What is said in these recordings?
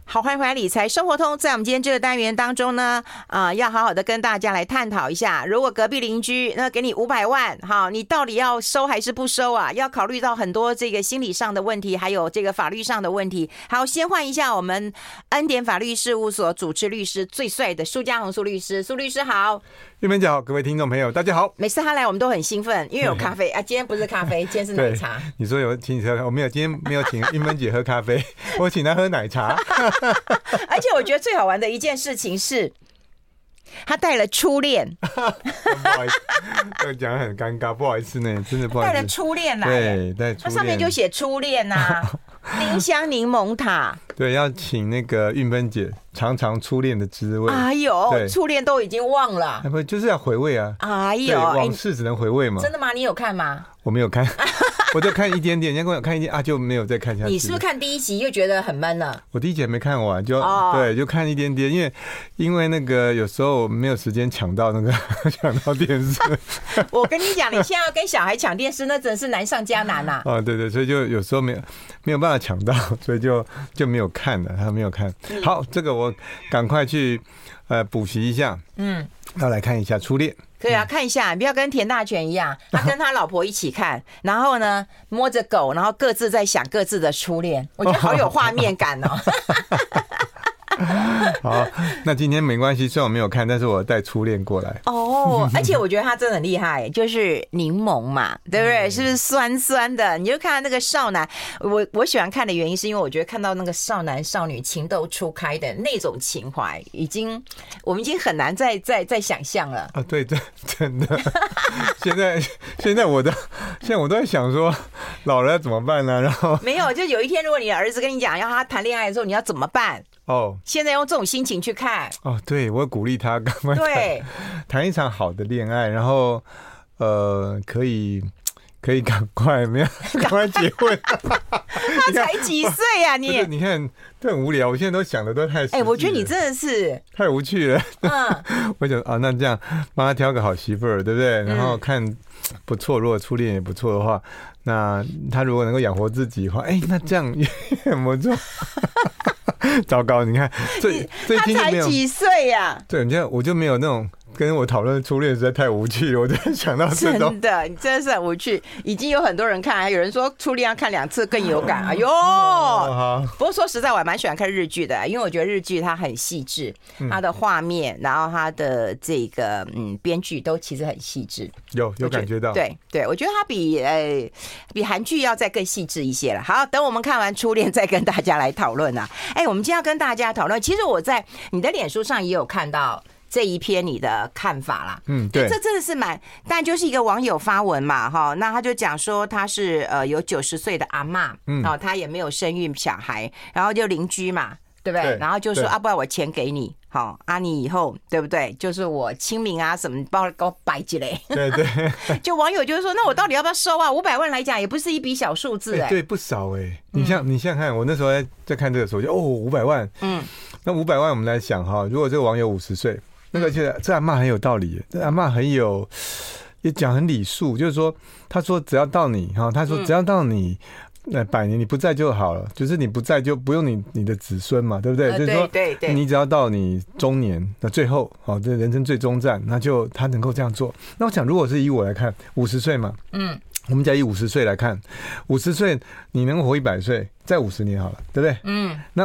好，欢迎回来理财生活通。在我们今天这个单元当中呢，要好好的跟大家来探讨一下，如果隔壁邻居那给你500万，好，你到底要收还是不收啊？要考虑到很多这个心理上的问题，还有这个法律上的问题。好，先换一下我们恩典法律事务所主持律师最帅的苏嘉宏苏律师，苏律师好。 玉芬姐好，各位听众朋友大家好。 每次他来我们都很兴奋，因为有咖啡啊，今天不是咖啡，今天是奶茶。 你说有请你喝，我没有，今天没有请玉芬姐喝咖啡，我请她喝奶茶。 而且我觉得最好玩的一件事情是，他带了初恋。 不好意思，这个讲得很尴尬，不好意思呢，真的不好意思。 带了初恋来， 对，带初恋， 它上面就写初恋啊，丁香柠檬塔。 对，要请那个玉芬姐尝尝初恋的滋味。 哎呦，初恋都已经忘了， 不就是要回味啊？ 哎呦， 往事只能回味嘛。 真的吗？你有看吗？ 我没有看，我就看一点点，人家跟我看一点啊，就没有再看下去。 你是不是看第一集又觉得很闷了？ 我第一集还没看完，对，就看一点点，因为那个有时候没有时间抢到那个抢到电视。 我跟你讲，你现在要跟小孩抢电视，那真是难上加难呐。 对对，所以就有时候没有办法抢到，所以就没有看了，他没有看。好，这个我赶快去补习一下。要来看一下初恋。 可以啊，看一下，你不要跟田大权一样，他跟他老婆一起看，然后呢摸着狗，然后各自在想各自的初恋，我觉得好有画面感哦。 好，那今天没关系，虽然我没有看，但是我带初恋过来。 而且我觉得他真的很厉害，就是柠檬嘛，对不对？是不是酸酸的？你就看那个少男，我喜欢看的原因是因为我觉得看到那个少男少女情窦初开的那种情怀，我们已经很难再想象了啊！对，真的。现在我都在想说，老了要怎么办呢？然后没有，就有一天如果你的儿子跟你讲要他谈恋爱的时候，你要怎么办？现在用这种心情去看。 对，我鼓励他赶快谈一场好的恋爱，然后可以赶快结婚。 他才几岁啊你？ 你看，这很无聊。我现在都想的都太…… 我觉得你真的是太无趣了。我想那这样帮他挑个好媳妇儿，对不对？然后看不错，如果初恋也不错的话，那他如果能够养活自己的话，那这样也很不错。糟糕，你看， 他才几岁呀？ 对，你看我就没有那种跟我讨论初恋实在太无趣了，我就想到这种。 真的，你真的是很无趣。已经有很多人看，还有人说初恋要看2次更有感。哎呦，不过说实在，我还蛮喜欢看日剧的，因为我觉得日剧它很细致，它的画面，然后它的这个编剧都其实很细致。 有感觉到。 对，我觉得它比韩剧要再更细致一些了。好，等我们看完初恋再跟大家来讨论啊。我们今天要跟大家讨论，其实我在你的脸书上也有看到这一篇你的看法啦。 对， 这真的是但就是一个网友发文嘛，那他就讲说他是有90岁的阿嬷，他也没有生育小孩，然后就邻居嘛，对不对？然后就说不然我钱给你，你以后对不对？就是我清明啊什么，帮我给我摆起来。 对， 就网友就是说，那我到底要不要收啊？500万来讲也不是一笔小数字对，不少你想想看，我那时候在看这个时候就500万，那500万我们来想如果这个网友50岁。那个这阿嬷很有道理，这阿嬷也讲很礼数，就是说，他说只要到你他说只要到你100年你不在就好了，就是你不在就不用你的子孙嘛，对不对？就是说， 对， 你只要到你中年，那最后这人生最终站，那就他能够这样做。那我想，如果是以我来看，50岁嘛，我们讲以50岁来看，50岁你能活100岁，再50年好了，对不对？那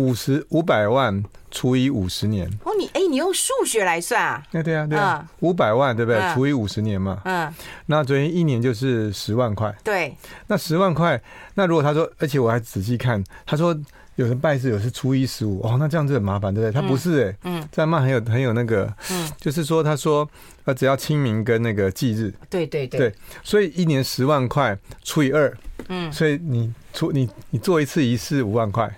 500万除以50年。 你用数学来算啊？ 对啊，500万对不对？除以50年嘛。那昨天1年就是10万块。 对。那 10万块，那如果他说，而且我还仔细看，他说有人拜是有是初一15，那这样子很麻烦，对不对？他不是这样嘛很有那个，就是说他说只要清明跟那个忌日。对，所以1年10万块除以2，所以你做一次仪式5万块。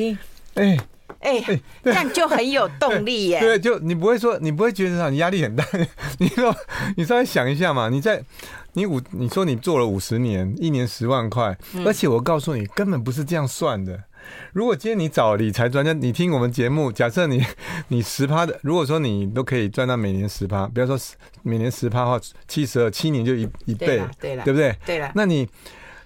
这样就很有动力耶。 对，就你不会觉得你压力很大。你稍微想一下嘛，你说你做了50年，1年10万块，而且我告诉你，根本不是这样算的。如果今天你找理财专家，你听我们节目，假设你10%的，如果说你都可以赚到每年10%，不要说每年10%的话，7年就一倍，对不对？ 对了， 那你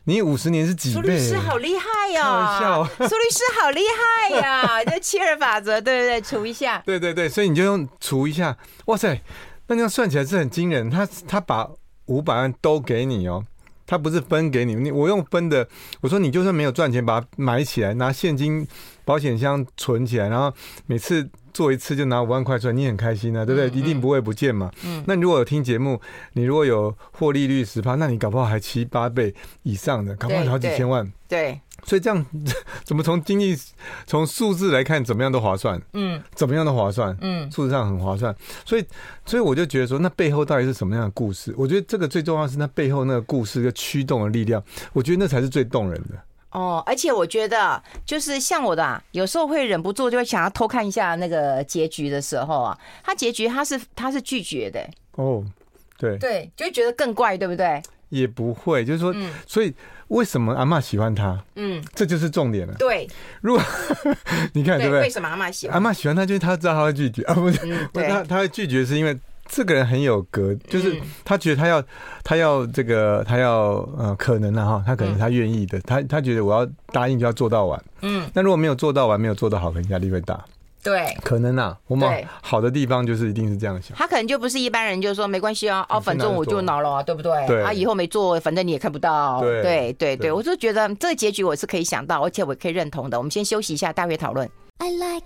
你50年是几倍？ 苏律师好厉害开玩笑苏律师好厉害呀！这切尔法则，对对对，除一下， 对对对，所以你就用除一下，哇塞，那这样算起来是很惊人。他把500万都给你哦，他不是分给你，我用分的，我说你就算没有赚钱，把它买起来，拿现金保险箱存起来，然后每次做一次就拿5万块出来，你很开心啊，对不对？一定不会不见嘛。那你如果有听节目，你如果有获利率10%，那你搞不好还7、8倍以上的，搞不好好几千万。 对。 所以这样怎么从数字来看，怎么样都划算，怎么样都划算，数字上很划算。所以我就觉得说，那背后到底是什么样的故事？我觉得这个最重要的是那背后那个故事跟驱动的力量，我觉得那才是最动人的。 哦，而且我觉得就是像我的有时候会忍不住就会想要偷看一下那个结局的时候啊，他结局他是拒绝的。 哦，对对，就会觉得更怪，对不对？ 也不会，就是说，所以为什么阿嬷喜欢他？这就是重点了。 对， 如果你看对不对？ 为什么阿嬷喜欢？ 阿嬷喜欢他，就是他知道他会拒绝啊，不是？他会拒绝是因为这个人很有格，就是他觉得他要这个他要可能哈，他可能他愿意的，他觉得我要答应就要做到完。那如果没有做到完，没有做到好，可能压力会大。对，可能啊，我们好的地方就是一定是这样想。 他可能就不是一般人，就是说没关系啊，反正我就挠了啊，对不对？对，以后没做，反正你也看不到。对对对，我就觉得这个结局我是可以想到，而且我可以认同的。我们先休息一下，待会讨论。I like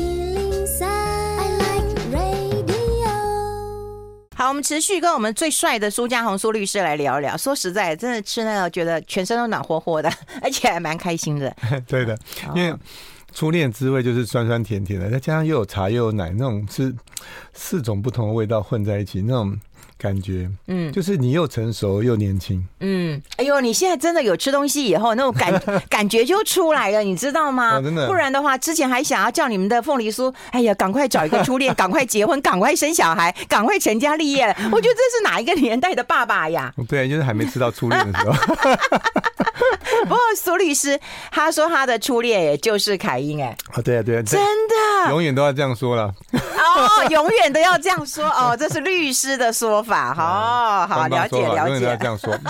103, I like radio。好，我们持续跟我们最帅的苏嘉宏苏律师来聊一聊。说实在，真的吃那个觉得全身都暖和和的，而且还蛮开心的。 对的，因为初恋滋味就是酸酸甜甜的，再加上又有茶又有奶，那种是4种不同的味道混在一起，那种感觉，就是你又成熟又年轻。 哎呦，你现在真的有吃东西以后那种感觉就出来了，你知道吗？真的，不然的话，之前还想要叫你们的凤梨酥，哎呀，赶快找一个初恋，赶快结婚，赶快生小孩，赶快成家立业。我觉得这是哪一个年代的爸爸呀？ 对，就是还没吃到初恋的时候。 不过苏律师他说他的初恋也就是凯英，哎， 对啊对啊， 真的永远都要这样说了。 永远都要这样说哦，这是律师的说法。好，了解了解。 永远都要这样说。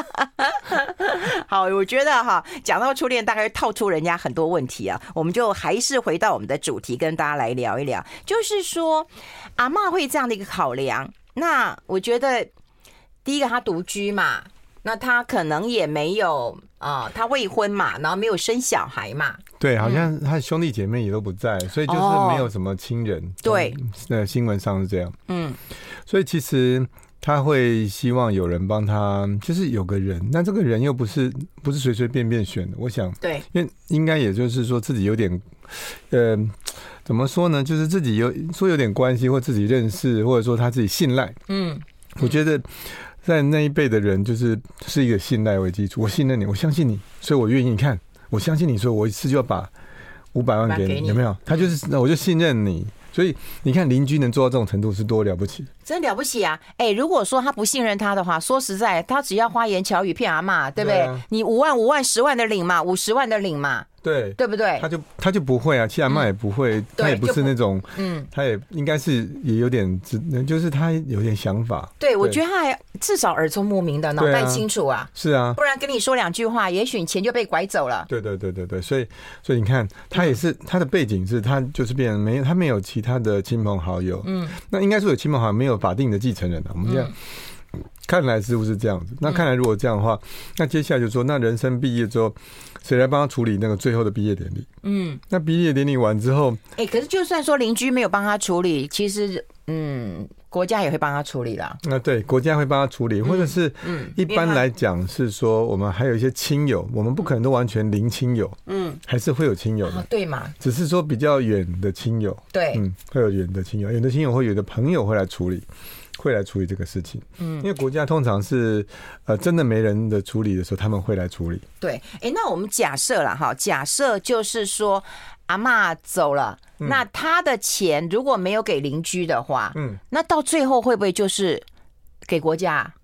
好，我觉得讲到初恋，大概会套出人家很多问题啊。我们就还是回到我们的主题，跟大家来聊一聊，就是说阿嬷会这样的一个考量。那我觉得第一个，他独居嘛。那他可能也没有他未婚嘛，然后没有生小孩嘛。 对，好像他的兄弟姐妹也都不在，所以就是没有什么亲人。 对， 新闻上是这样。所以其实他会希望有人帮他，就是有个人，那这个人又不是随随便便选的。我想，对，因为应该也就是说自己有点，怎么说呢？就是自己有点关系，或自己认识，或者说他自己信赖。我觉得。在那一辈的人，是一个信赖为基础。我信任你，我相信你，所以我愿意。你看，我相信你，所以我一次就要把500万给你，有没有？他我就信任你。所以你看，邻居能做到这种程度是多了不起，真了不起啊！如果说他不信任他的话，说实在，他只要花言巧语骗阿嬷，对不对？你5万、5万、10万的领嘛，50万的领嘛。对不对？ 他就不会啊，其实阿嬷也不会，他也不是那种，他也应该是也有点，就是他有点想法。对， 我觉得他还至少耳聪目明的，脑袋清楚啊。 是啊， 不然跟你说2句话，也许你钱就被拐走了。 对，所以你看，他也是他的背景是，他就是变成他没有其他的亲朋好友，那应该说有亲朋好友，没有法定的继承人啊。我们这样。看来似乎是这样子，那看来如果这样的话，那接下来就说，那人生毕业之后，谁来帮他处理那个最后的毕业典礼？那毕业典礼完之后， 可是就算说邻居没有帮他处理，其实国家也会帮他处理啦。 对，国家会帮他处理，或者是一般来讲是说，我们还有一些亲友，我们不可能都完全零亲友，还是会有亲友的， 对嘛？只是说比较远的亲友，对，会有远的亲友，远的亲友或有的朋友会来处理这个事情，因为国家通常是真的没人的处理的时候，他们会来处理。对， 那我们假设啦哈，假设就是说阿嬷走了，那他的钱如果没有给邻居的话，那到最后会不会就是给国家？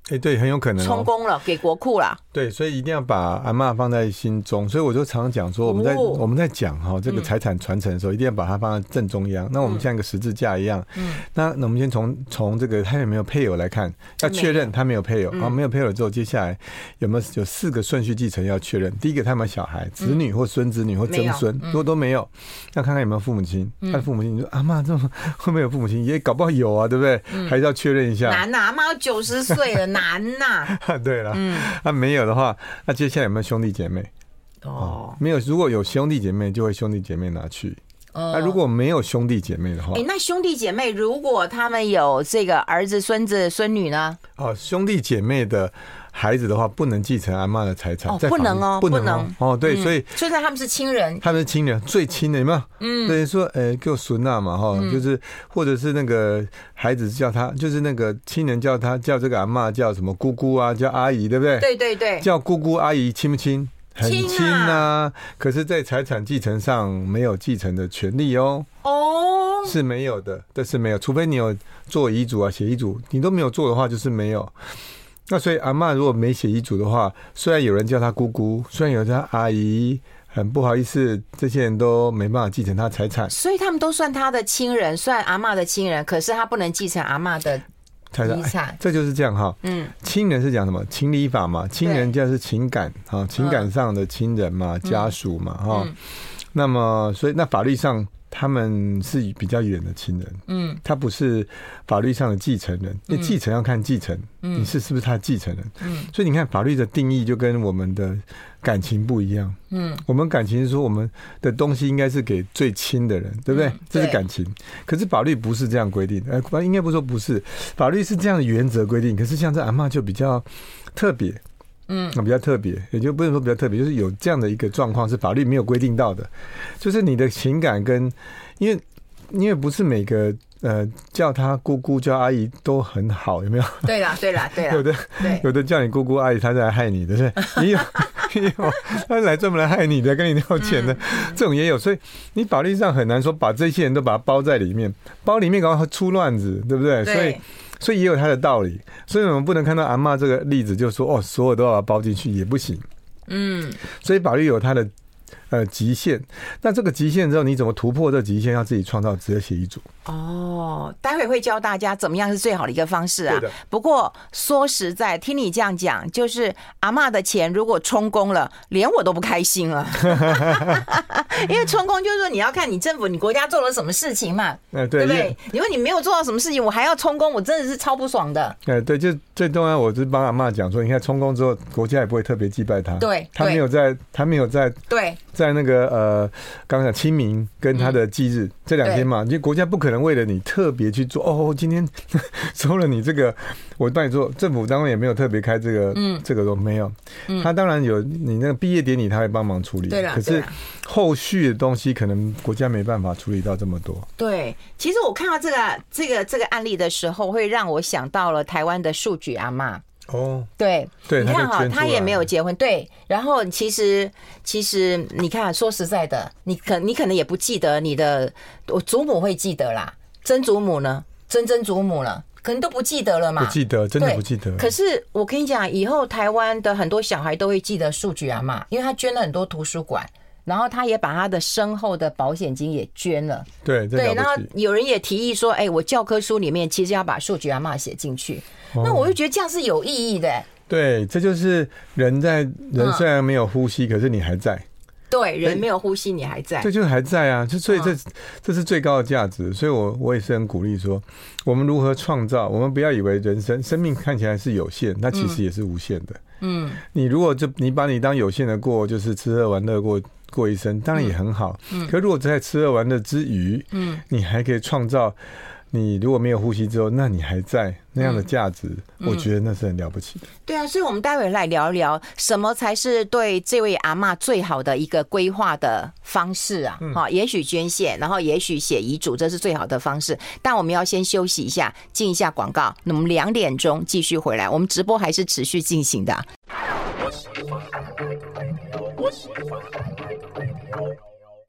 对，很有可能充公了，给国库了。 对，所以一定要把阿嬷放在心中。所以我就常常讲说，我们在讲这个财产传承的时候，一定要把它放在正中央。那我们像一个十字架一样，那我们先从这个他有没有配偶来看，要确认他没有配偶，没有配偶之后，接下来有4个顺序继承要确认。第一个，他有没有小孩、子女或孙子女或曾孙，如果都没有，那看看有没有父母亲。他的父母亲，你说阿嬷这么会不会有父母亲？也搞不好有啊，对不对？还是要确认一下。 难呐，阿嬷90岁了，难呐。 对了，没有的话，那接下来有没有兄弟姐妹？没有。如果有兄弟姐妹，就会兄弟姐妹拿去。那如果没有兄弟姐妹的话， 那兄弟姐妹如果他们有这个儿子、孙子、孙女呢？ 兄弟姐妹的孩子的话，不能继承阿嬷的财产。 不能哦，不能哦。对，所以他们是亲人， 他们是亲人，最亲的有没有？等于说，给我孙啊嘛，就是或者是那个孩子叫他，就是那个亲人叫他叫这个阿嬷叫什么姑姑啊，叫阿姨，对不对？ 对对对， 叫姑姑阿姨亲不亲？很亲啊，可是，在财产继承上没有继承的权利哦。是没有的，这是没有，除非你有做遗嘱啊、写遗嘱，你都没有做的话，就是没有。那所以阿嬷如果没写遗嘱的话，虽然有人叫她姑姑，虽然有人叫她阿姨，很不好意思，这些人都没办法继承她财产。所以他们都算她的亲人，算阿嬷的亲人，可是他不能继承阿嬷的遗产。 这就是这样哈。亲人是讲什么？情理法嘛，亲人就是情感情感上的亲人嘛，家属嘛那么所以那法律上他们是比较远的亲人，他不是法律上的继承人，因为继承要看继承，你是不是他的继承人，所以你看法律的定义就跟我们的感情不一样，我们感情是说我们的东西应该是给最亲的人，对不对？这是感情，可是法律不是这样规定，应该不说不是，法律是这样的原则规定，可是像这阿嬷就比较特别。比较特别，也就不能说比较特别，就是有这样的一个状况是法律没有规定到的，就是你的情感跟，因为不是每个叫他姑姑叫阿姨都很好，有没有？对啦，有的叫你姑姑阿姨，他在害你的，对不对？也有他来专门来害你的，跟你要钱的，这种也有，所以你法律上很难说把这些人都把它包在里面，包里面搞到出乱子，对不对？所以也有它的道理，所以我们不能看到阿嬷这个例子就说所有都要把它包进去也不行。所以法律有它的极限，那这个极限之后你怎么突破这个极限，要自己创造，直接写遗嘱。 待会会教大家怎么样是最好的一个方式啊。不过说实在，听你这样讲，就是阿嬷的钱如果充公了，连我都不开心了。因为充公就是说你要看你政府、你国家做了什么事情嘛，对不对？因为你没有做到什么事情，我还要充公，我真的是超不爽的。 对，就最重要，我是帮阿嬷讲说，你看充公之后，国家也不会特别祭拜他。 对， 他没有在对。 在那个刚刚讲清明跟他的忌日这2天嘛，因为国家不可能为了你特别去做今天收了你这个，我帮你做，政府当然也没有特别开这个都没有，他当然有你那个毕业典礼他会帮忙处理，可是后续的东西可能国家没办法处理到这么多。 对，其实我看到这个案例的时候，会让我想到了台湾的数据阿嬷。对，你看他也没有结婚，对，然后其实你看，说实在的，你可能也不记得你的，我祖母会记得啦，曾祖母呢，曾祖母了，可能都不记得了嘛， 不记得，真的不记得。 可是我跟你讲，以后台湾的很多小孩都会记得数据阿嬷，因为他捐了很多图书馆。然后他也把他的身后的保险金也捐了， 对， 然后有人也提议说，我教科书里面其实要把数据阿嬷写进去，那我就觉得这样是有意义的。对， 这就是人虽然没有呼吸，可是你还在。 对，人没有呼吸，你还在， 这就是还在啊！所以这是最高的价值。所以我也是很鼓励说，我们如何创造，我们不要以为生命看起来是有限，它其实也是无限的。你如果你把你当有限的过，就是吃喝玩乐过一生，当然也很好。可如果在吃喝玩乐之余，你还可以创造，你如果没有呼吸之后，那你还在那样的价值，我觉得那是很了不起的。 对啊，所以我们待会来聊一聊，什么才是对这位阿嬷最好的一个规划的方式啊？也许捐献，然后也许写遗嘱，这是最好的方式。但我们要先休息一下，进一下广告。那么2点钟继续回来，我们直播还是持续进行的。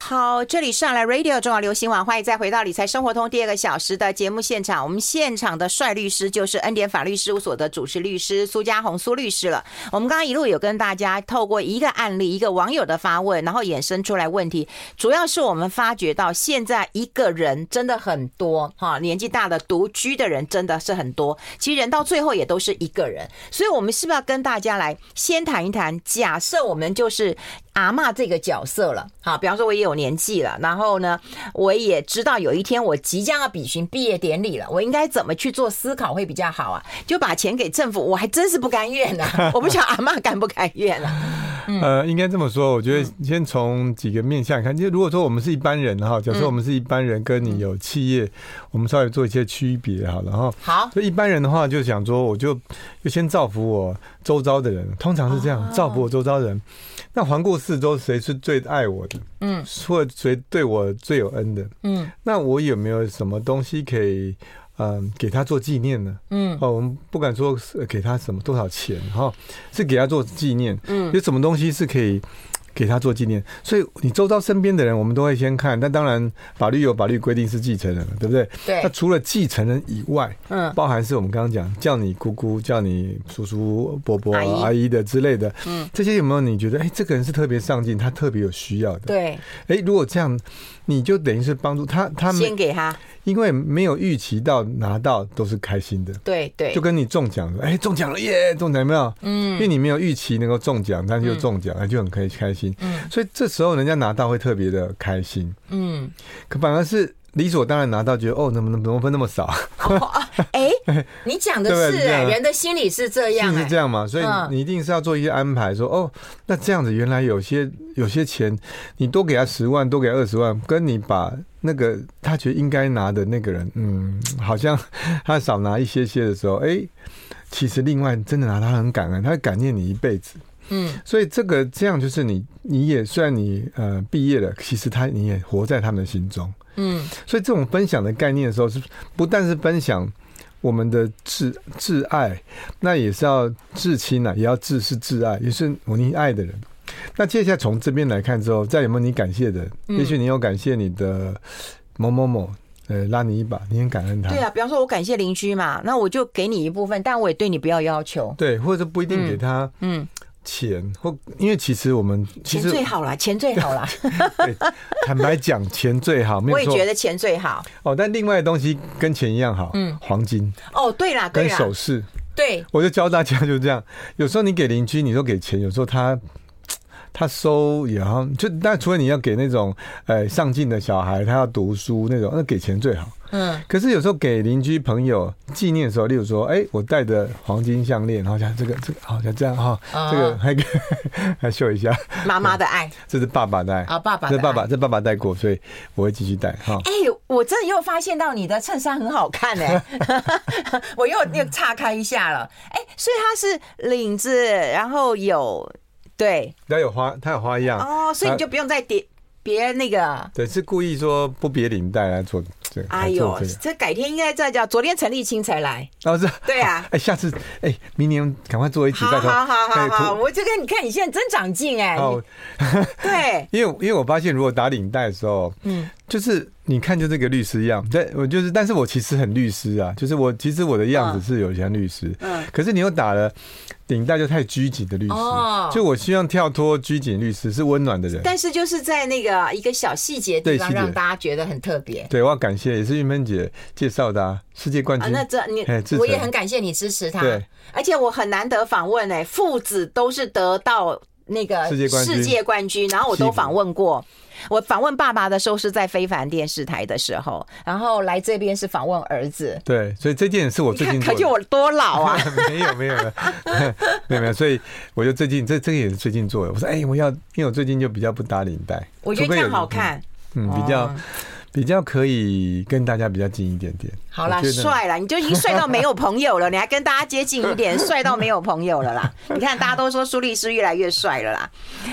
好，这里上来 Radio 中华流行网，欢迎再回到理财生活通第2个小时的节目现场。我们现场的帅律师就是恩典法律事务所的主持律师苏嘉宏苏律师了。我们刚刚一路有跟大家透过一个案例，一个网友的发问，然后衍生出来问题，主要是我们发觉到现在一个人真的很多年纪大的独居的人真的是很多，其实人到最后也都是一个人，所以我们是不是要跟大家来先谈一谈，假设我们就是阿嬷这个角色了，好，比方说我也有年纪了，然后呢，我也知道有一天我即将要比行毕业典礼了，我应该怎么去做思考会比较好啊？就把钱给政府，我还真是不甘愿啊！我不晓得阿嬷甘不甘愿啊？ 应该这么说，我觉得先从几个面向看，就如果说我们是一般人哈，假设我们是一般人，跟你有企业，我们稍微做一些区别好了哈。 好， 所以一般人的话，就想说，我就先造福我周遭的人，通常是这样，造福我周遭的人。那环顾四周，谁是最爱我的？或者谁对我最有恩的？那我有没有什么东西可以给他做纪念呢？我们不敢说给他什么多少钱哈，是给他做纪念。有什么东西是可以给他做纪念？所以你周遭身边的人，我们都会先看。但当然，法律有法律规定是继承人了，对不对？ 对。 那除了继承人以外，包含是我们刚刚讲叫你姑姑、叫你叔叔、伯伯、阿姨的之类的，这些有没有你觉得，这个人是特别上进，他特别有需要的？ 对。 如果这样，你就等于是帮助他， 先给他。 因为没有预期到拿到都是开心的， 对对， 就跟你中奖了，中奖了耶，中奖有没有？因为你没有预期能够中奖，但是就中奖，就很开心。所以这时候人家拿到会特别的开心。可反而是理所当然拿到，觉得怎么分那么少？ 你讲的是人的心理是这样， 是这样嘛？所以你一定是要做一些安排，说那这样子原来有些钱，你多给他10万，多给他20万，跟你把那个他觉得应该拿的那个人，好像他少拿一些的时候，其实另外真的拿他很感恩，他会感念你一辈子。所以这样就是你也虽然你毕业了，其实你也活在他们的心中。所以这种分享的概念的时候，是不但是分享我们的挚爱，那也是要至亲啊，也要挚爱，也是你爱的人。那接下来从这边来看之后，再有没有你感谢的？也许你有感谢你的某某某，拉你一把，你很感恩他。 对啊，比方说我感谢邻居嘛，那我就给你一部分，但我也对你不要要求。 对，或者不一定给他钱，或因为其实我们钱最好啦，钱最好啦。 对，坦白讲，钱最好，没有错。 我也觉得钱最好。 但另外的东西跟钱一样好，黄金。 对啦， 跟首饰。 对， 我就教大家就这样。有时候你给邻居，你说给钱，有时候他收也好，但除了你要给那种上进的小孩，他要读书那种，那给钱最好。可是有时候给邻居朋友纪念的时候，例如说，我戴的黄金项链，然后像这个，好像这样哈，这个还秀一下妈妈的爱， 这是爸爸的爱爸爸的爱， 这爸爸戴过，所以我会继续戴哈。 我真的又发现到你的衬衫很好看我又岔开一下了，所以它是领子，然后对， 它有花样所以你就不用再别那个。 对，是故意说不别领带来做这个。 这改天应该再叫。昨天陈立青才来。 是。 对啊。 下次明年赶快做一集。 好，我这个你看你现在真长进对。 因为我发现如果打领带的时候，就是你看就这个律师一样，但是我其实很律师啊，就是其实我的样子是有像律师，可是你又打了领带就太拘谨的律师，就我希望跳脱拘谨律师，是温暖的人。 但是就是在那个一个小细节地方，让大家觉得很特别。 对，我要感谢也是玉芬姐介绍的世界冠军。 我也很感谢你支持他。 对， 而且我很难得访问父子都是得到那个世界冠军，然后我都访问过。我访问爸爸的时候是在非凡电视台的时候，然后来这边是访问儿子。 对，所以这件是我最近做的。 可见我多老啊！ 没有，所以我就最近这个也是最近做的。我说因为我最近就比较不打领带， 我觉得这样好看， 比较可以跟大家比较近一点点。 好啦，帅啦，你就已经帅到没有朋友了，你还跟大家接近一点，帅到没有朋友了啦。你看大家都说苏律师越来越帅了啦。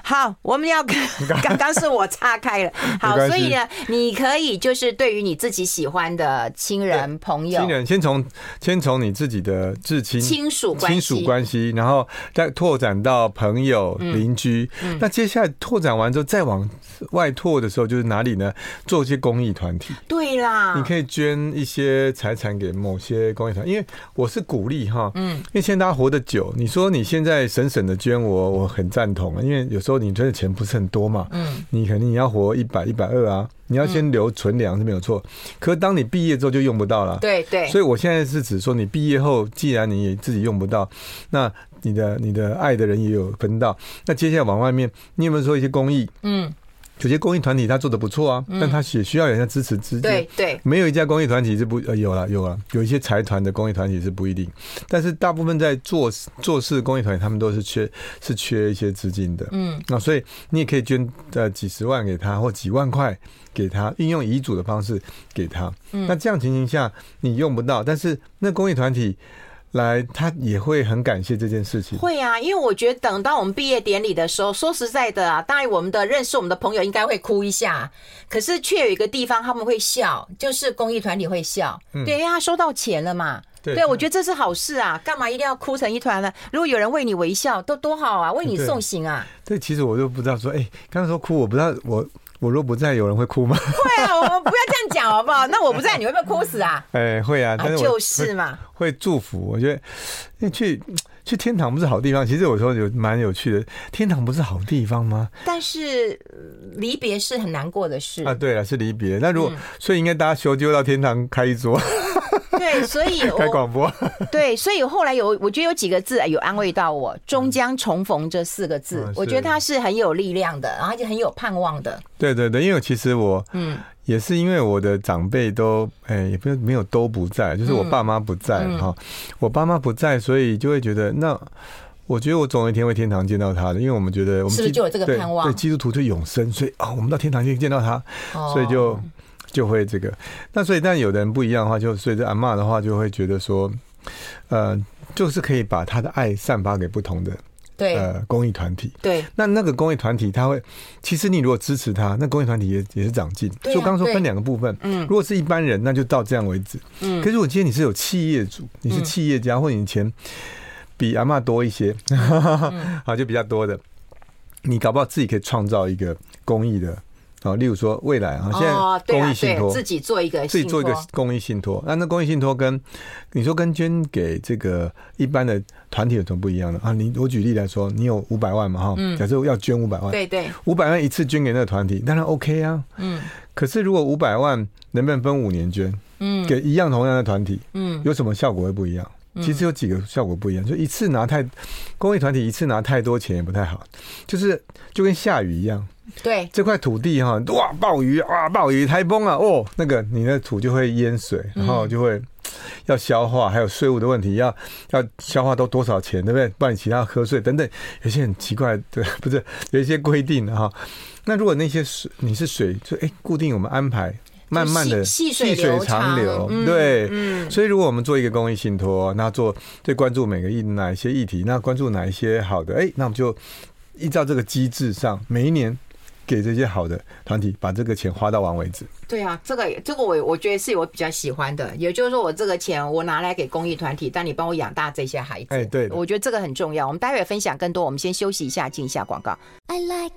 好，我们要刚刚是我岔开了。好，所以呢，你可以就是对于你自己喜欢的亲人朋友， 亲人先从你自己的至亲亲属关系， 然后再拓展到朋友、邻居。那接下来拓展完之后，再往外拓的时候，就是哪里呢？做一些公益团体。 对啦， 你可以捐一些财产给某些公益团体，因为我是鼓励哈，因为现在大家活得久，你说你现在省的捐我很赞同，因为有时候你捐的钱不是很多嘛，你肯定要活100、120啊，你要先留存粮是没有错。可是当你毕业之后就用不到了， 对， 所以我现在是指说，你毕业后既然你也自己用不到，那你的爱的人也有分到，那接下来往外面，你有没有说一些公益？有些公益团体他做的不错啊，但他也需要人家支持资金。 对，没有一家公益团体是不有了，有一些财团的公益团体是不一定，但是大部分在做事公益团体，他们都是缺一些资金的。那所以你也可以捐几十万给他，或几万块给他，运用遗嘱的方式给他。那这样情形下你用不到，但是那公益团体来，他也会很感谢这件事情。 会啊，因为我觉得等到我们毕业典礼的时候，说实在的啊，当然认识我们的朋友应该会哭一下，可是却有一个地方他们会笑，就是公益团体会笑，对，因为他收到钱了嘛。对，我觉得这是好事啊，干嘛一定要哭成一团呢？如果有人为你微笑，都多好啊，为你送行啊。 对，其实我就不知道说，刚才说哭，我不知道我若不在，有人会哭吗？ 会啊，我们不要这样讲好不好？那我不在，你会不会哭死啊？ 会啊，但是就是嘛， 会祝福。我觉得，因为去天堂不是好地方。其实我说蛮有趣的，天堂不是好地方吗？ 但是离别是很难过的事啊。 对了，是离别。那如果所以应该大家修到天堂开一桌。 对，所以开广播。 对，所以后来我觉得有几个字有安慰到我，终将重逢这4个字，我觉得它是很有力量的，然后就很有盼望的。对， 因为其实我也是因为我的长辈都也没有都不在，就是我爸妈不在哈，我爸妈不在，所以就会觉得那。我觉得我总有一天会天堂见到他的，因为我们觉得我们是不是就有这个盼望？ 对，基督徒就永生，所以我们到天堂就见到他，所以就会这个。那所以，但有的人不一样的话，就所以这阿嬷的话就会觉得说，就是可以把他的爱散发给不同的公益团体。 对， 那个公益团体，他会其实你如果支持他，那公益团体也是长进。所以我刚刚说分2个部分，如果是一般人，那就到这样为止。可是如果今天你是有企业主，你是企业家，或者你钱比阿嬷多一些，就比较多的，你搞不好自己可以创造一个公益的。例如说未来现在公益信托， 自己做一个公益信托。那公益信托跟你说跟捐给这个一般的团体有什么不一样的啊？我举例来说，你有500万嘛假设要捐500万， 对 ，500万一次捐给那个团体，当然 OK 啊。可是如果500万能不能分5年捐？给同样的团体，有什么效果会不一样？其实有几个效果不一样，就公益团体一次拿太多钱也不太好，就跟下雨一样。 对， 这块土地哇，暴雨台风啊，那个你的土就会淹水，然后就会要消化，还有税务的问题，要消化都多少钱，对不对？不然你其他瞌睡等等，有些很奇怪，对，不是有一些规定的哈。那如果那些水你是水，就固定我们安排。慢慢的细水长流， 对，所以如果我们做一个公益信托，那最关注哪一些议题，那关注哪一些好的，那我们就依照这个机制上，每一年给这些好的团体把这个钱花到完为止。 对啊，这个我觉得是我比较喜欢的，也就是说我这个钱我拿来给公益团体，但你帮我养大这些孩子。 对， 我觉得这个很重要。我们待会分享更多，我们先休息一下，进一下广告。I like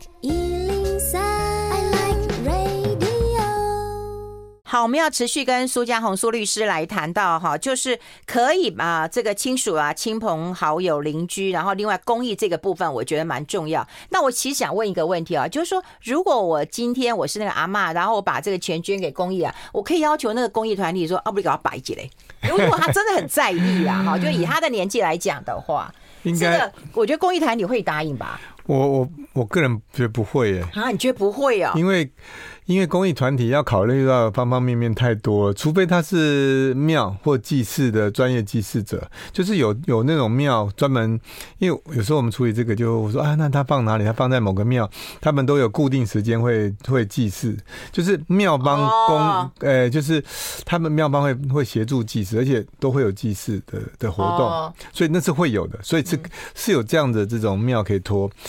103, I like radio。好，我们要持续跟苏嘉宏苏律师来谈到就是可以把这个亲属啊、亲朋好友、邻居，然后另外公益这个部分，我觉得蛮重要。那我其实想问一个问题啊，就是说，如果我今天我是那个阿嬷，然后我把这个钱捐给公益啊，我可以要求那个公益团体说，不，你给他摆起来。如果他真的很在意啊，就以他的年纪来讲的话，应该我觉得公益团体会答应吧。 我个人觉得不会耶。 你觉得不会啊？ 因为公益团体要考虑到方方面面太多了，除非他是庙或祭祀的专业祭祀者，就是有那种庙专门，因为有时候我们处理这个我说那他放哪里？他放在某个庙，他们都有固定时间会祭祀，就是庙帮就是他们庙帮会协助祭祀，而且都会有祭祀的活动，所以那是会有的，所以是有这样的这种庙可以托。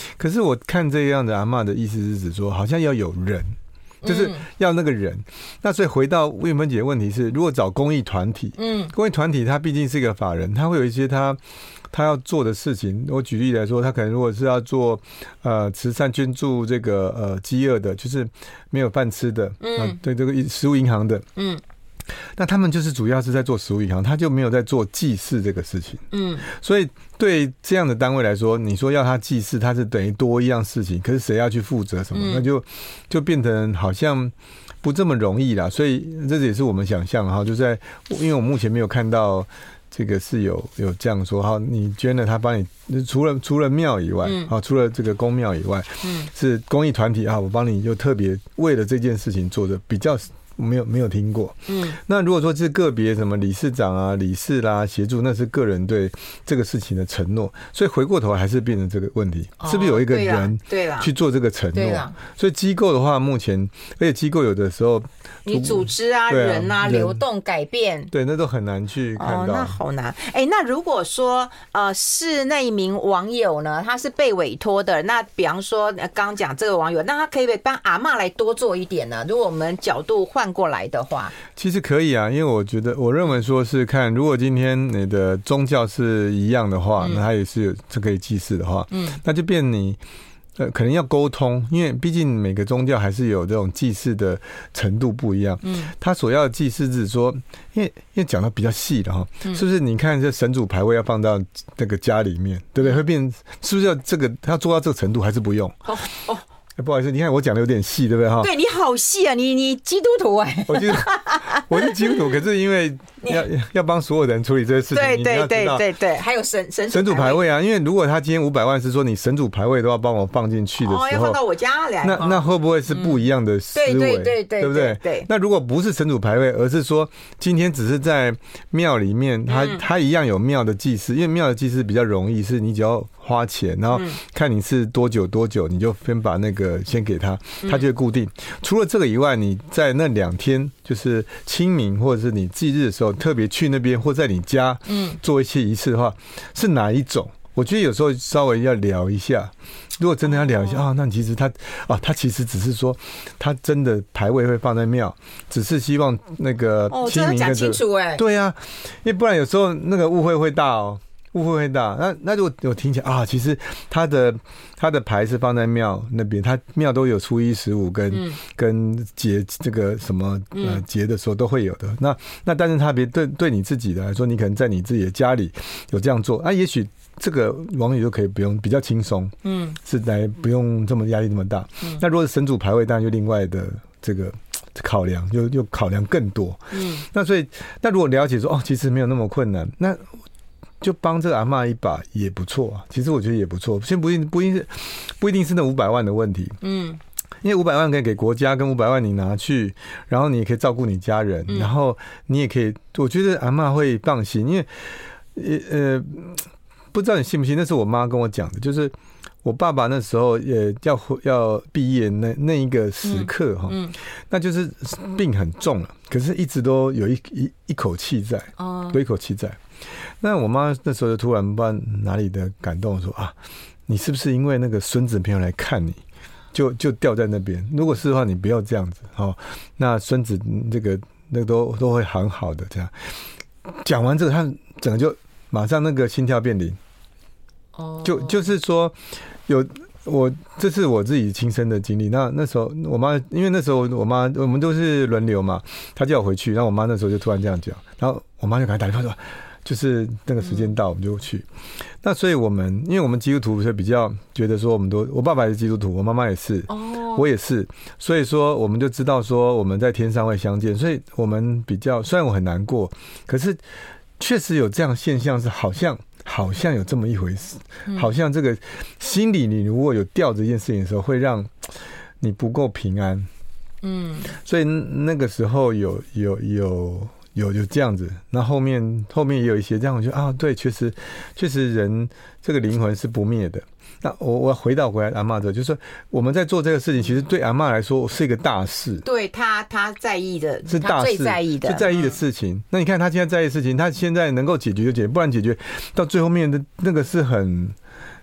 可是我看这样的阿嬷的意思是指说，好像要有人。就是要那个人，那所以回到魏芬姐的问题是，如果找公益团体，公益团体它毕竟是一个法人，它会有一些他要做的事情。我举例来说，他可能如果是要做慈善捐助这个饥饿的，就是没有饭吃的，对这个食物银行的，那他们就是主要是在做食物银行，他就没有在做祭祀这个事情。所以对这样的单位来说，你说要他祭祀，他是等于多一样事情，可是谁要去负责什么，那就变成好像不这么容易啦。所以这也是我们想象哈，就在因为我目前没有看到这个是有这样说，好，你捐了他帮你，除了庙以外，除了这个公庙以外，是公益团体啊，我帮你就特别为了这件事情做的比较。没有听过，那如果说是个别什么理事长啊、理事啦协助，那是个人对这个事情的承诺，所以回过头还是变成这个问题，是不是有一个人去做这个承诺？所以机构的话，目前而且机构有的时候你组织啊、人啊流动改变， 对，那都很难去看到， 那好难。那如果说是那一名网友呢，他是被委托的，那比方说刚讲这个网友，那他可以帮阿嬷来多做一点呢？如果我们角度换过来的话，其实可以啊，因为我认为说是看，如果今天你的宗教是一样的话，那他也是可以祭祀的话，那就变你可能要沟通，因为毕竟每个宗教还是有这种祭祀的程度不一样。他所要的祭祀是说，因为讲到比较细的哈，是不是？你看这神主牌位要放到那个家里面，对不对？会变，是不是要这个他做到这个程度，还是不用？不好意思，你看我讲的有点细，对不对哈？ 对，你好细啊，你基督徒我是基督徒，可是因为要帮所有人处理这些事情， 对，还有神主牌位啊，因为如果他今天500万是说你神主牌位都要帮我放进去的时候， 要放到我家来， 那会不会是不一样的思维？对不对？对。那如果不是神主牌位，而是说今天只是在庙里面，他一样有庙的祭祀，因为庙的祭祀比较容易，是你只要花钱，然后看你是多久，你就先把那个先给他，他就会固定。除了这个以外，你在那2天，就是清明或者是你忌日的时候，特别去那边或在你家做一些仪式的话，是哪一种？我觉得有时候稍微要聊一下。如果真的要聊一下那其实他其实只是说，他真的牌位会放在庙，只是希望那个清明讲清楚对啊，因为不然有时候那个误会会大误会会大。那如果有听起来其实他的牌是放在庙那边，他庙都有初1、15跟节这个什么节的时候都会有的。那但是他对你自己的来说，你可能在你自己的家里有这样做也许这个网友就可以不用比较轻松，是来不用这么压力那么大。那如果是神主牌位，当然就另外的这个考量，就考量更多。那所以那如果了解说其实没有那么困难，那就帮这个阿嬷一把也不错啊。其实我觉得也不错，先不一定是那500万的问题。因为500万可以给国家，跟500万你拿去，然后你也可以照顾你家人，然后你也可以，我觉得阿嬷会放心，因为不知道你信不信，那是我妈跟我讲的，就是我爸爸那时候也要毕业那一个时刻那就是病很重了，可是一直都有一口气在，有一口气在。那我妈那时候就突然不知道哪里的感动说你是不是因为那个孙子朋友来看你，就掉在那边？如果是的话，你不要这样子那孙子那个都会很好的。这样讲完这个，他整个就马上那个心跳变0。就是说这是我自己亲身的经历。那时候我妈，因为那时候我们都是轮流嘛，她叫我回去，然后我妈那时候就突然这样讲，然后我妈就赶快打电话说，就是那个时间到我们就去。那所以因为我们基督徒是比较觉得说，我爸爸也是基督徒，我妈妈也是，我也是，所以说我们就知道说我们在天上会相见，所以我们比较，虽然我很难过，可是确实有这样现象，是好像有这么一回事，好像这个心里你如果有吊着一件事情的时候，会让你不够平安。所以那个时候有这样子，那后面也有一些这样，我觉得对，确实人这个灵魂是不灭的。那我回来阿嬷这，就是说我们在做这个事情，其实对阿嬷来说是一个大事，对他在意的是大事，最在意的事情。那你看他现在在意的事情，他现在能够解决就解决，不然解决到最后面的那个是很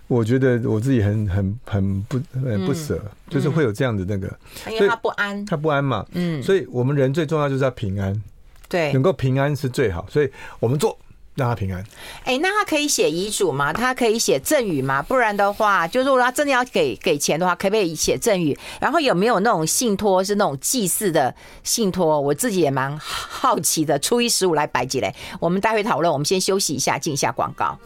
我觉得我自己很不舍，就是会有这样的那个， 因为他不安， 他不安嘛，所以我们人最重要就是要平安， 对， 能够平安是最好，所以我们做。让他平安。 那他可以写遗嘱吗？他可以写赠与吗？不然的话，就是如果他真的要给钱的话，可不可以写赠与？然后有没有那种信托是那种祭祀的信托？我自己也蛮好奇的。初一15来摆几嘞？我们待会讨论。我们先休息一下，进一下广告。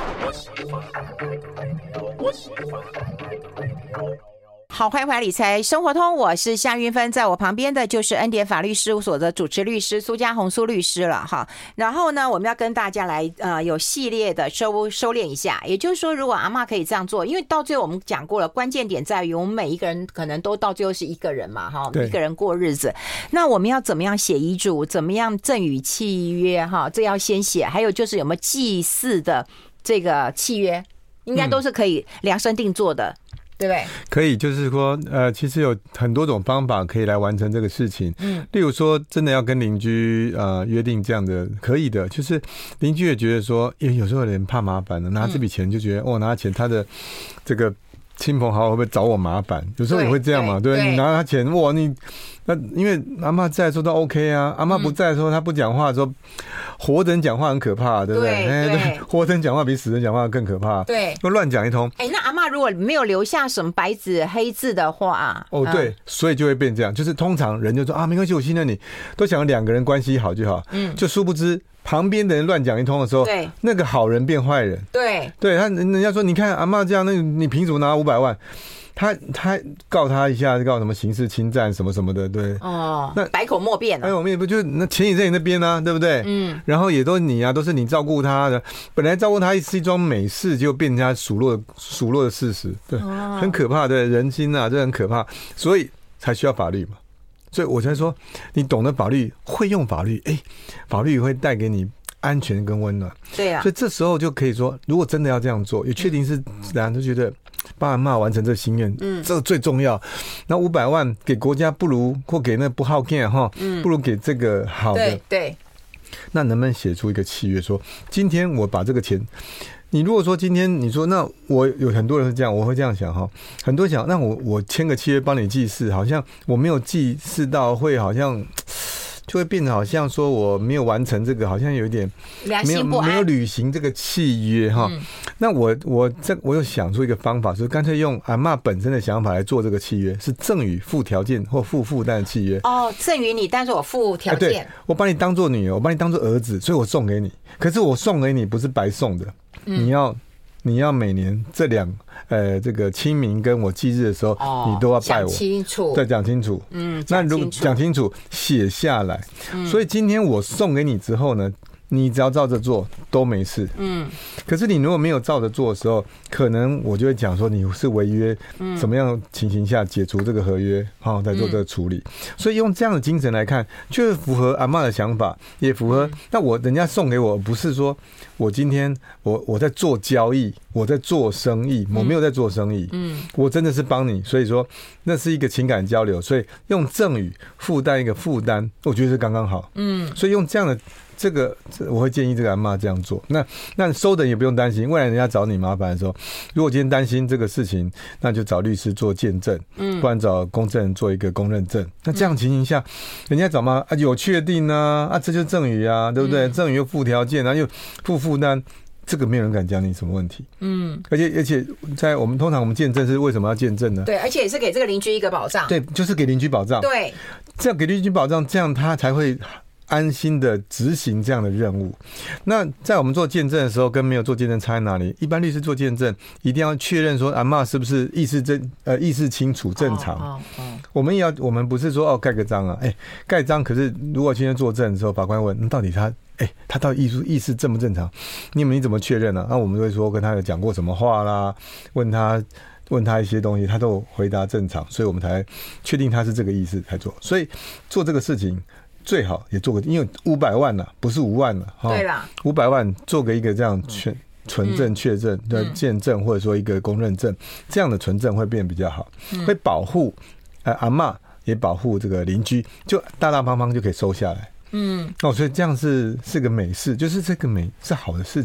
好，欢迎回来理财生活通，我是夏云芬，在我旁边的就是恩典法律事务所的主持律师苏嘉宏苏律师了哈。然后呢，我们要跟大家来有系列的收敛一下，也就是说，如果阿嬷可以这样做，因为到最后我们讲过了，关键点在于我们每一个人可能都到最后是一个人嘛哈，一个人过日子。那我们要怎么样写遗嘱，怎么样赠与契约哈，这要先写。还有就是有没有祭祀的这个契约，应该都是可以量身定做的。对不对？ 可以，就是说，其实有很多种方法可以来完成这个事情。例如说，真的要跟邻居约定这样的，可以的。就是邻居也觉得说，因为有时候有人怕麻烦了，拿这笔钱就觉得，拿钱他的这个亲朋好友会不会找我麻烦？有时候也会这样嘛，对不对？你拿他钱，那因为阿嬷在的时候都 OK 啊，阿嬷不在的时候，他不讲话的时候，活人讲话很可怕，对不对？对，活人讲话比死人讲话更可怕， 对， 又乱讲一通。 那阿嬷如果没有留下什么白纸黑字的话， 对，所以就会变这样，就是通常人就说没关系，我信任你，都想2个人关系好就好，就殊不知旁边的人乱讲一通的时候，对，那个好人变坏人， 对， 人家说你看阿嬷这样，那你凭什么拿500万？他告他一下，告什么刑事侵占什么什么的，对。 那百口莫辩我们也不就那钱也在你那边啊，对不对？然后也都你啊，都是你照顾他的，本来照顾他是一桩美事，就变成他数落的事实，对，很可怕的人心啊，这很可怕，所以才需要法律嘛。所以我才说，你懂得法律，会用法律，法律会带给你安全跟温暖。 对啊， 所以这时候就可以说，如果真的要这样做，也确定是大家都觉得帮阿嬷完成这个心愿，这个最重要。那500万给国家不如，或给那不好看哈，不如给这个好的。对。那能不能写出一个契约，说今天我把这个钱，你如果说今天你说，那我有很多人是这样，我会这样想哈，很多人想，那我签个契约帮你祭祀，好像我没有祭祀到，会好像。就会变得好像说我没有完成这个，好像有一点没有履行这个契约哈。那我又想出一个方法，就是干脆用阿嬷本身的想法来做这个契约，是赠与附条件或附负担的契约。 赠与你，但是我附条件。 对，我把你当做女儿，我把你当做儿子，所以我送给你。可是我送给你不是白送的，你要每年这个清明跟我忌日的时候，你都要拜我， 讲清楚， 对，讲清楚。那如果讲清楚，写下来。所以今天我送给你之后呢，你只要照着做都没事。可是你如果没有照着做的时候，可能我就会讲说你是违约，什么样情形下解除这个合约，再做这个处理。所以用这样的精神来看，就是符合阿嬷的想法，也符合。那人家送给我，不是说我今天我在做交易，我在做生意，我没有在做生意。我真的是帮你，所以说那是一个情感交流，所以用赠与负担一个负担，我觉得是刚刚好。所以用这样的。这个我会建议这个阿嬷这样做。那收的也不用担心，未来人家找你麻烦的时候，如果今天担心这个事情，那就找律师做见证，不然找公证人做一个公认证。那这样情形下，人家找嘛有确定啊，这就是赠与啊，对不对？赠与又附条件，然后又附负担。这个没有人敢讲你什么问题，而且在通常我们见证是为什么要见证呢？ 对，而且也是给这个邻居一个保障， 对，就是给邻居保障， 对， 这样给邻居保障，这样他才会安心的执行这样的任务。那在我们做见证的时候，跟没有做见证差在哪里？一般律师做见证，一定要确认说阿嬷是不是意识清楚正常。我们不是说盖个章啊，盖章。可是如果今天作证的时候，法官问，到底他到底意识正不正常？你怎么确认呢？那我们会说跟他有讲过什么话啦，问他一些东西，他都回答正常，所以我们才确定他是这个意思才做。所以做这个事情最好也做个，因为500万了，不是5万了。 对啦 ，500万做个一个这样纯正确证的见证，或者说一个公认证，这样的纯正会变比较好，会保护阿嬷，也保护这个邻居，就大大方方就可以收下来。所以这样是个美事，就是这个美是好的事情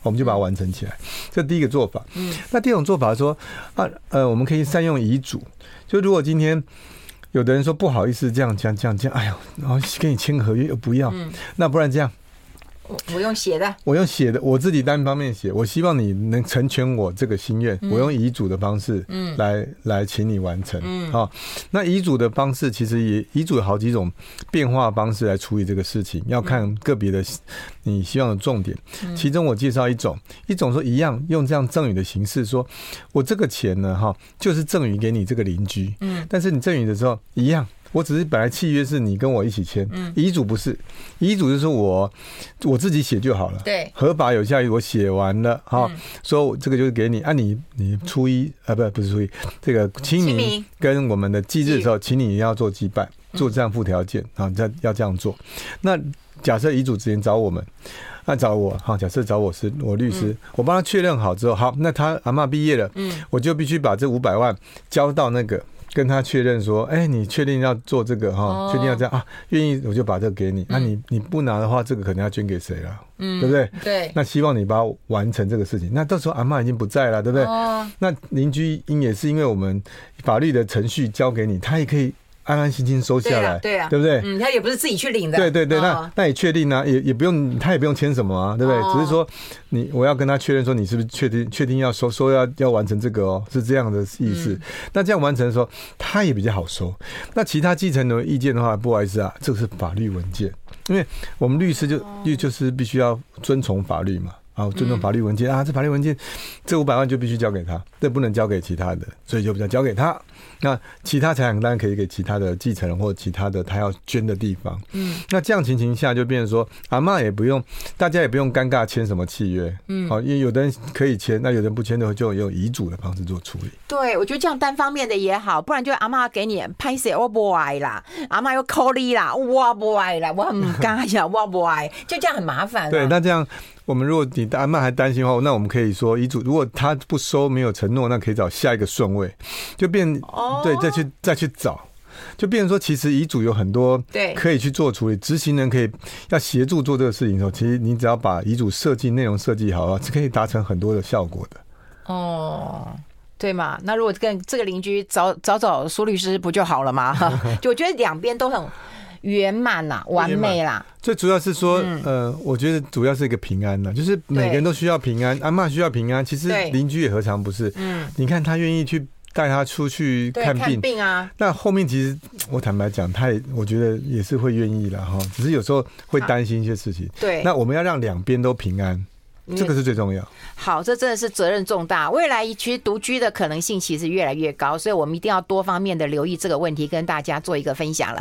我们就把它完成起来。这第一个做法。那第二种做法说我们可以善用遗嘱。就如果今天有的人说不好意思这样，哎呦，然后跟你签合约又不要，那不然这样。 我用写的， 我自己单方面写。我希望你能成全我这个心愿，我用遗嘱的方式来请你完成。那遗嘱的方式其实遗嘱有好几种变化方式来处理这个事情，要看个别的你希望的重点。其中我介绍一种说一样用这样赠与的形式，说我这个钱呢就是赠与给你这个邻居，但是你赠与的时候一样。我只是本来契约是你跟我一起签，遗嘱不是，遗嘱就是我自己写就好了， 对， 合法有效，我写完了说这个就是给你你初一不是初一，这个清明跟我们的忌日的时候，请你要做祭拜，做这样附条件要这样做。那假设遗嘱之前找我们。那找我假设找我是我律师，我帮他确认好之后，好，那他阿嬷毕业了，我就必须把这500万交到那个。跟他确认说，你确定要做这个确定要这样愿意我就把这个给你。那你不拿的话，这个可能要捐给谁了，对不对？ 对。 那希望你把它完成这个事情。那到时候阿嬷已经不在了，对不对？那邻居也是因为我们法律的程序交给你，他也可以安安心心收下来， 对啊， 对不对？ 他也不是自己去领的， 对，那也确定啊，也不用他也不用签什么对不对？只是说我要跟他确认说你是不是确定要收要完成这个是这样的意思。那这样完成的时候，他也比较好收。那其他继承人的意见的话，不好意思这个是法律文件，因为我们律师就是必须要遵从法律嘛。尊重法律文件这法律文件这500万就必须交给他，这不能交给其他的，所以就比较交给他。那其他财产当然可以给其他的继承人或其他的他要捐的地方。那这样情形下就变成说阿嬷也不用，大家也不用尴尬签什么契约。因为有的人可以签，那有的人不签的就用遗嘱的方式做处理。 对，我觉得这样单方面的也好，不然就阿嬷给你拍摄我不爱啦，阿嬷又扣你啦，我不爱啦，我很敢呀，我不爱，就这样很麻烦。 对，那这样。我们如果你的阿嬷还担心的话，那我们可以说遗嘱，如果他不收没有承诺，那可以找下一个顺位，就变对再去找，就变成说其实遗嘱有很多可以去做处理，执行人可以要协助做这个事情的时候，其实你只要把遗嘱内容设计好了，是可以达成很多的效果的。 对嘛？那如果跟这个邻居找苏律师不就好了吗？就我觉得两边都很圆满啦，完美啦。 最主要是说，我觉得主要是一个平安啦，就是每个人都需要平安，阿嬷需要平安，其实邻居也何尝不是？你看他愿意去带他出去看病啊，那后面其实我坦白讲，我觉得也是会愿意啦只是有时候会担心一些事情。 对， 那我们要让两边都平安。这个是最重要。 好，这真的是责任重大。未来其实独居的可能性其实越来越高，所以我们一定要多方面的留意这个问题，跟大家做一个分享了。